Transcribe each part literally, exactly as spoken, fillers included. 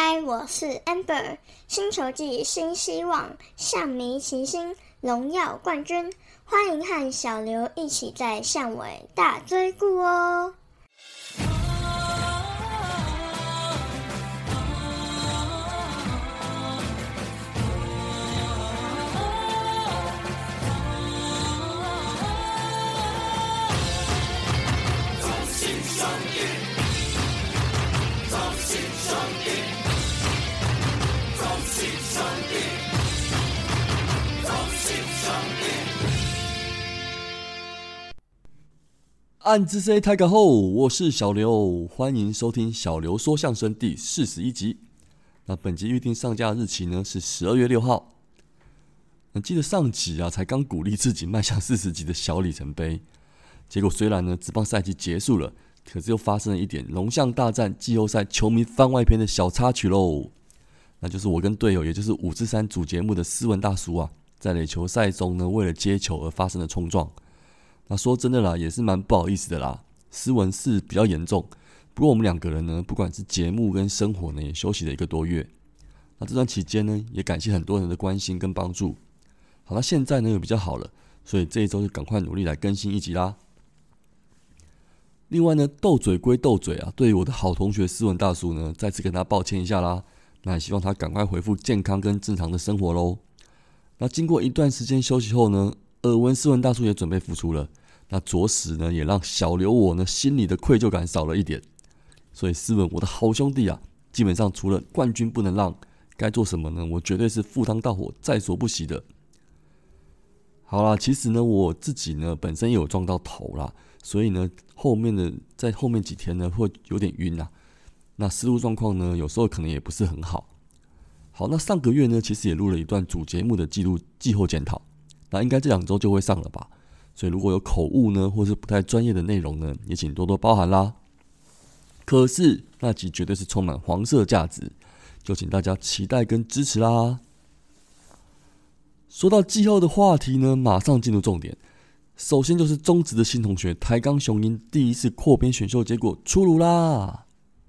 嗨，我是 Amber， 新球季新希望，象迷齐心，荣耀冠军，欢迎和小刘一起在象尾大追顾哦。 暗之 C 大家好，我是小刘，欢迎收听小刘说相声第四十一集。那本集预定上架日期呢是十二月六号。那记得上集啊才刚鼓励自己迈向四十集的小里程碑，结果虽然呢职棒赛季结束了，可是又发生了一点龙象大战季后赛球迷番外篇的小插曲喽。那就是我跟队友，也就是五之三主节目的斯文大叔啊，在垒球赛中呢为了接球而发生的冲撞。那说真的啦，也是蛮不好意思的啦。斯文是比较严重，不过我们两个人呢，不管是节目跟生活呢，也休息了一个多月。那这段期间呢，也感谢很多人的关心跟帮助。好，那现在呢又比较好了，所以这一周就赶快努力来更新一集啦。另外呢，斗嘴归斗嘴啊，对于我的好同学斯文大叔呢，再次跟他抱歉一下啦。那也希望他赶快恢复健康跟正常的生活咯。那经过一段时间休息后呢，耳闻斯文大叔也准备复出了，那着实呢也让小刘我呢心里的愧疚感少了一点。所以斯文我的好兄弟啊，基本上除了冠军不能让，该做什么呢？我绝对是赴汤蹈火在所不惜的。好啦，其实呢我自己呢本身也有撞到头啦，所以呢后面的在后面几天呢会有点晕啊。那思路状况呢有时候可能也不是很好。好，那上个月呢其实也录了一段主节目的记录季后检讨。那应该这两周就会上了吧，所以如果有口误呢，或是不太专业的内容呢，也请多多包涵啦。可是那集绝对是充满黄色价值，就请大家期待跟支持啦。说到季后的话题呢，马上进入重点。首先就是中职的新同学台钢雄鹰第一次扩编选秀结果出炉啦。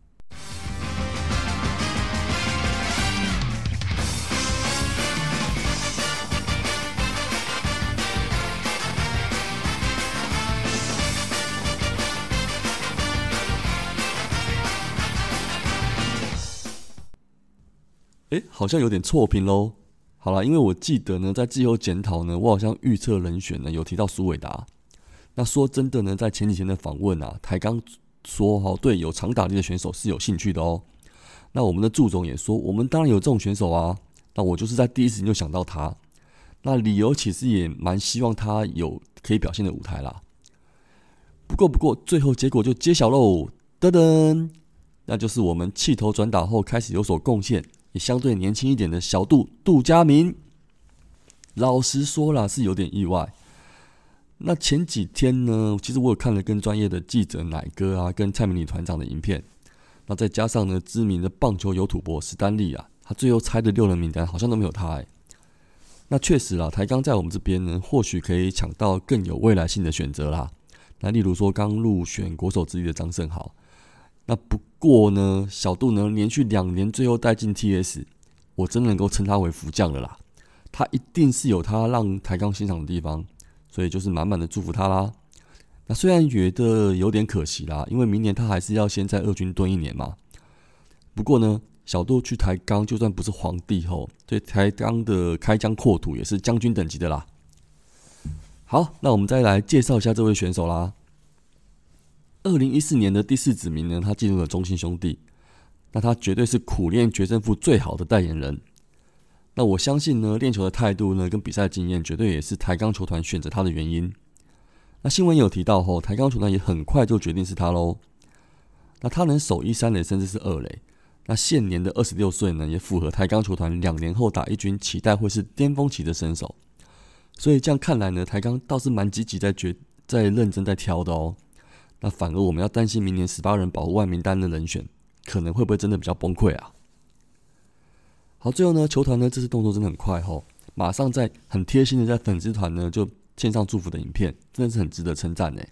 诶，好像有点错评咯。好啦，因为我记得呢，在季后检讨呢，我好像预测人选呢有提到苏伟达。那说真的呢，在前几天的访问啊，台钢说哈，对有长打力的选手是有兴趣的哦。那我们的祝总也说，我们当然有这种选手啊。那我就是在第一时间就想到他。那理由其实也蛮希望他有可以表现的舞台啦。不过不过，最后结果就揭晓喽，噔噔，那就是我们弃投转打后开始有所贡献，也相对年轻一点的小杜杜佳明。老实说啦，是有点意外。那前几天呢，其实我有看了更专业的记者乃哥啊，跟蔡明礼团长的影片。那再加上呢，知名的棒球有土博史丹利啊，他最后猜的六人名单好像都没有他哎、欸。那确实啦，台钢在我们这边呢，或许可以抢到更有未来性的选择啦。那例如说刚入选国手之一的张胜豪。那不过呢，小杜呢连续两年最后带进 T S， 我真的能够称他为福将了啦。他一定是有他让台钢欣赏的地方，所以就是满满的祝福他啦。那虽然觉得有点可惜啦，因为明年他还是要先在二军蹲一年嘛。不过呢，小杜去台钢就算不是皇帝后，对台钢的开疆扩土也是将军等级的啦。好，那我们再来介绍一下这位选手啦。二零一四年的第四指名呢，他进入了中信兄弟，那他绝对是苦练决胜负最好的代言人。那我相信呢，练球的态度呢，跟比赛经验，绝对也是台钢球团选择他的原因。那新闻也有提到后，台钢球团也很快就决定是他喽。那他能守一三垒，甚至是二垒。那现年的二十六岁呢，也符合台钢球团两年后打一军，期待会是巅峰期的身手。所以这样看来呢，台钢倒是蛮积极在决在认真在挑的哦。那反而我们要担心明年十八人保护外名单的人选，可能会不会真的比较崩溃啊？好，最后呢，球团呢这次动作真的很快吼，马上在很贴心的在粉丝团呢就献上祝福的影片，真的是很值得称赞呢。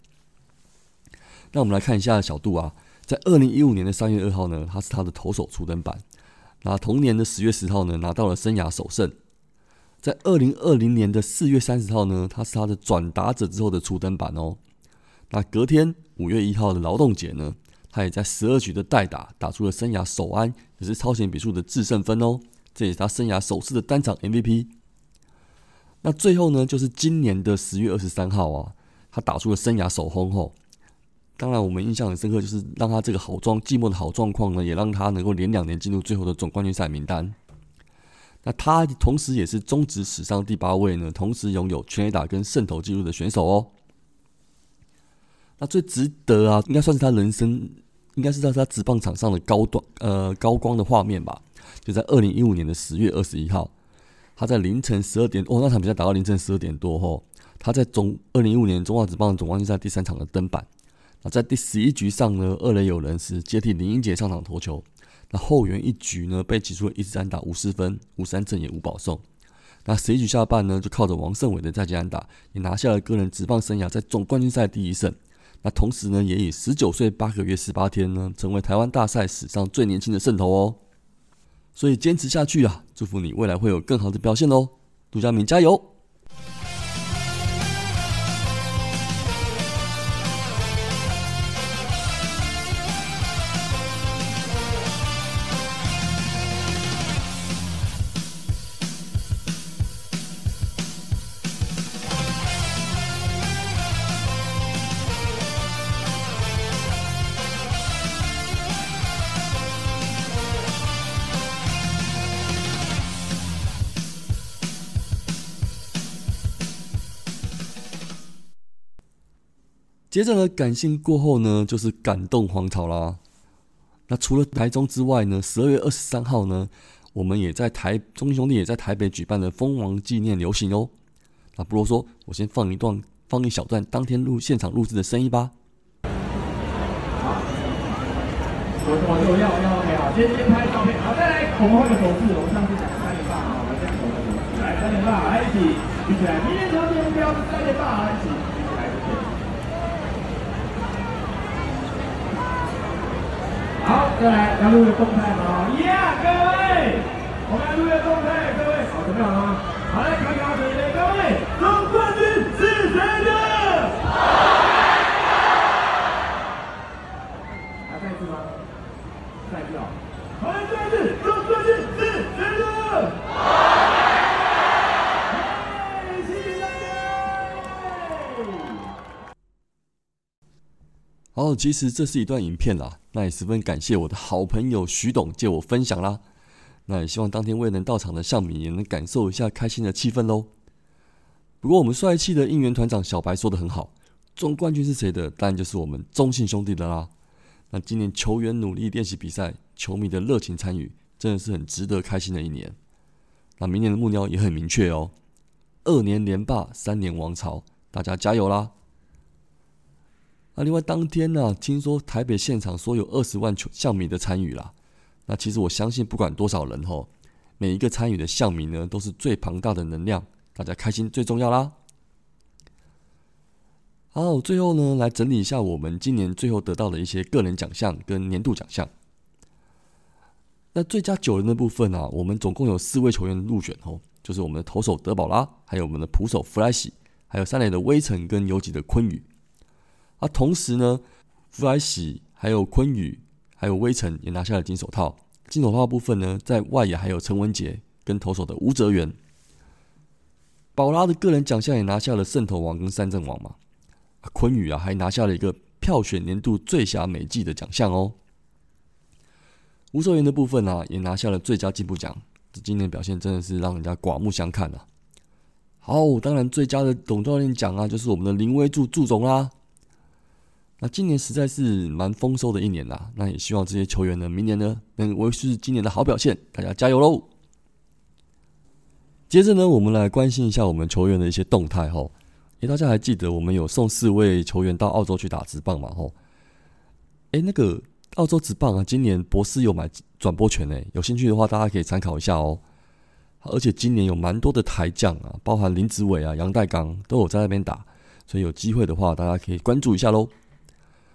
那我们来看一下小杜啊，在二零一五年的三月二号呢，他是他的投手初登板。 那同年的十月十号呢，拿到了生涯首胜。在二零二零年的四月三十号呢，他是他的转打者之后的初登板哦。那隔天五月一号的劳动节呢，他也在十二局的代打打出了生涯首安，也是超前比数的制胜分哦。这也是他生涯首次的单场 M V P。那最后呢，就是今年的十月二十三号啊，他打出了生涯首轰后。当然，我们印象很深刻，就是让他这个好状寂寞的好状况呢，也让他能够连两年进入最后的总冠军赛名单。那他同时也是中职史上第八位呢，同时拥有全垒打跟胜投纪录的选手哦。那最值得啊，应该算是他人生，应该是在他职棒场上的高端呃高光的画面吧。就在二零一五年的十月二十一号，他在凌晨十二点，哦，那场比赛打到凌晨十二点多后，他在总二零一五年中华职棒总冠军赛第三场的登板。那在第十一局上呢，二垒有人时接替林英杰上场投球。那后援一局呢，被击出了一支安打无失分、无三振也无保送。那十一局下半呢，就靠着王胜伟的再接安打，也拿下了个人职棒生涯在总冠军赛第一胜。那同时呢，也以十九岁八个月十八天呢，成为台湾大赛史上最年轻的胜投哦。所以坚持下去啊，祝福你未来会有更好的表现哦，杜家明加油！接着呢，感性过后呢，就是感动皇朝啦。那除了台中之外呢，十二月二十三号呢，我们也在台中信兄弟也在台北举办了蜂王纪念游行哦。那不啰嗦，我先放一段，放一小段当天录现场录制的声音吧。 好，我我就要要 OK 好，先先拍照片，好，再来，我们换个手势，我们上次讲三连霸啊，我们这样手势，来三连霸，来一起举起来，明年长期目标是三连霸，一起举起来，谢谢。好，再来要录个动态吗？一样，各位，我们来录个动态，各位，好，准备好了吗？好，来看看谁的，各位，总冠军是谁的？还再一次吗？再一次啊！好，来再一次，总冠军是谁的？谢谢大家。 好，其实这是一段影片啦，那也十分感谢我的好朋友徐董借我分享啦。那也希望当天未能到场的象迷也能感受一下开心的气氛咯。不过我们帅气的应援团长小白说得很好，总冠军是谁的？当然就是我们中信兄弟的啦。那今年球员努力练习比赛，球迷的热情参与，真的是很值得开心的一年。那明年的目标也很明确哦，二年连霸，三年王朝，大家加油啦！那另外当天呢、啊，听说台北现场说有二十万象迷的参与啦。那其实我相信，不管多少人吼，每一个参与的象迷呢，都是最庞大的能量，大家开心最重要啦。好，最后呢，来整理一下我们今年最后得到的一些个人奖项跟年度奖项。那最佳九人的部分啊，我们总共有四位球员入选哦，就是我们的投手德保拉，还有我们的捕手弗莱喜，还有三垒的威城跟游击的昆宇。啊，同时呢，弗莱喜还有昆宇还有威城也拿下了金手套。金手套的部分呢，在外野还有陈文杰跟投手的吴哲源。保拉的个人奖项也拿下了胜投王跟三振王嘛。啊，昆宇啊还拿下了一个票选年度最佳美技的奖项哦。吴哲源的部分啊，也拿下了最佳进步奖。这今年表现真的是让人家刮目相看啊。好，当然最佳的总教练奖啊，就是我们的林威助助总啦。那今年实在是蛮丰收的一年啦，那也希望这些球员呢，明年呢能维持今年的好表现，大家加油喽！接着呢，我们来关心一下我们球员的一些动态吼。诶，大家还记得我们有送四位球员到澳洲去打职棒嘛吼？诶，那个澳洲职棒啊，今年博士有买转播权诶，有兴趣的话大家可以参考一下哦。而且今年有蛮多的台将啊，包含林子伟啊、杨代刚都有在那边打，所以有机会的话大家可以关注一下喽。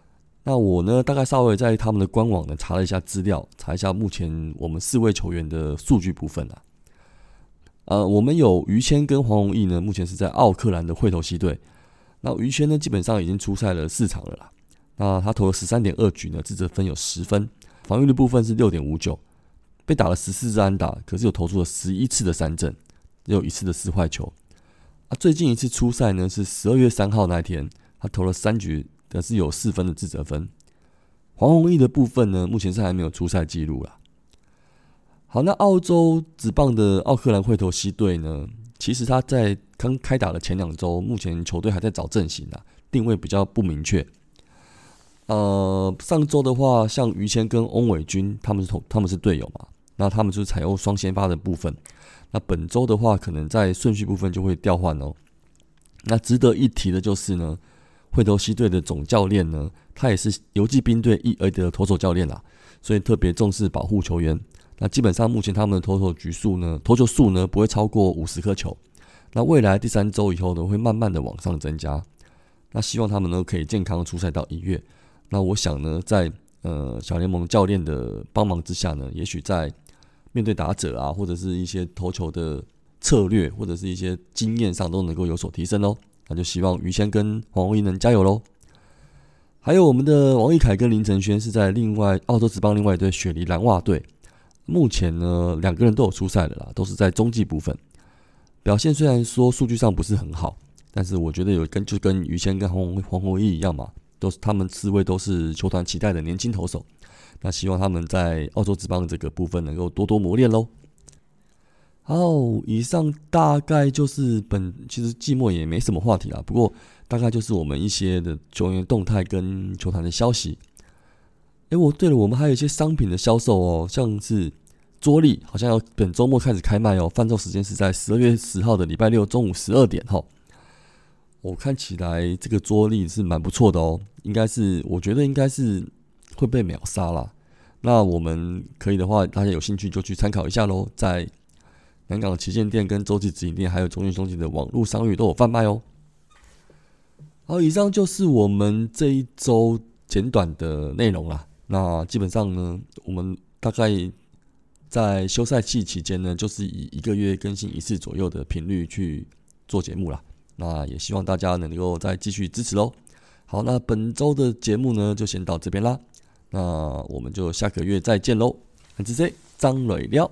那我呢，大概稍微在他们的官网呢查了一下资料，查一下目前我们四位球员的数据部分啊。呃，我们有于谦跟黄宏毅呢，目前是在奥克兰的惠头西队。那于谦呢，基本上已经出赛了四场了啦。那他投了 十三点二 局呢，自责分有十分，防御率部分是 六点五九， 被打了十四支安打，可是有投出了十一次的三振，只有一次的四坏球。啊，最近一次出赛呢是十二月三号那天，他投了三局，可是有四分的自责分。黄宏毅的部分呢，目前是还没有出赛记录啦。好，那澳洲职棒的奥克兰惠头西队呢，其实他在刚开打的前两周，目前球队还在找阵型啊，定位比较不明确。呃，上周的话，像于谦跟翁伟君他们是同他们是队友嘛，那他们就是采用双先发的部分。那本周的话，可能在顺序部分就会调换哦。那值得一提的就是呢，惠头西队的总教练呢，他也是游骑兵队一 A 的投手教练啦，所以特别重视保护球员。那基本上目前他们的投球局数呢，投球数呢不会超过五十颗球。那未来第三周以后呢，会慢慢的往上增加。那希望他们呢可以健康出赛到一月。那我想呢，在呃小联盟教练的帮忙之下呢，也许在面对打者啊，或者是一些投球的策略，或者是一些经验上都能够有所提升哦。那就希望于谦跟黄宏毅能加油喽。还有我们的王奕凯跟林承轩是在另外澳洲职棒另外一队雪梨蓝袜队，目前呢两个人都有出赛了啦，都是在中继部分，表现虽然说数据上不是很好，但是我觉得有跟就跟于谦跟黄黄宏毅一样嘛，都是他们四位都是球团期待的年轻投手。那希望他们在澳洲职棒这个部分能够多多磨练咯。好，以上大概就是本其实季末也没什么话题啦，不过大概就是我们一些的球员动态跟球团的消息。诶，我对了，我们还有一些商品的销售哦，像是桌历好像要本周末开始开卖哦，贩售时间是在十二月十号的礼拜六中午十二点齁。我看起来这个桌历是蛮不错的哦，应该是我觉得应该是会被秒杀啦。那我们可以的话，大家有兴趣就去参考一下咯，在南港旗舰店跟洲际直营店还有中信兄弟的网络商域都有贩卖哦。好，以上就是我们这一周简短的内容啦。那基本上呢，我们大概在休赛期期间呢，就是以一个月更新一次左右的频率去做节目啦。那也希望大家能够再继续支持咯。好，那本周的节目呢就先到这边啦。那我们就下个月再见喽。我是 C 张磊了。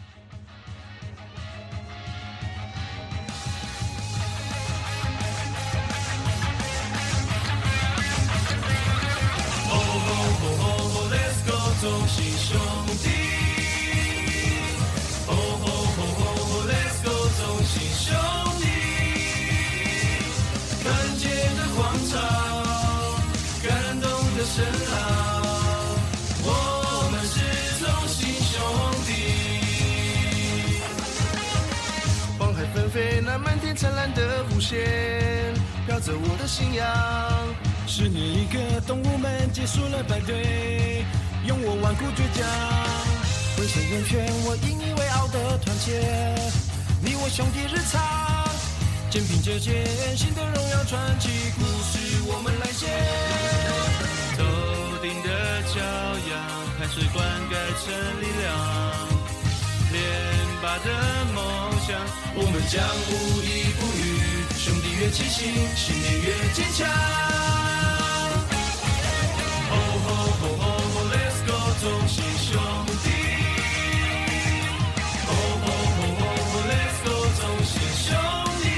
中信兄弟 ，Oh oh oh oh Let's go 中信兄弟，团结的广场，感动的声浪，我们是中信兄弟。黄海纷飞，那漫天灿烂的弧线，飘着我的信仰。十年一个，动物们结束了排队。用我顽固倔强，浑身人权，我引以为傲的团结，你我兄弟日常，肩并着肩，新的荣耀传奇故事我们来写。头顶的骄阳，汗水灌溉成力量，连拔的梦想，我们将无依不语，兄弟越齐心，信念越坚强。哦吼吼吼中信兄弟 ，Oh oh oh oh Let's go 中信兄弟，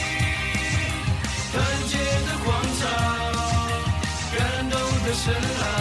团结的广场，感动的声浪。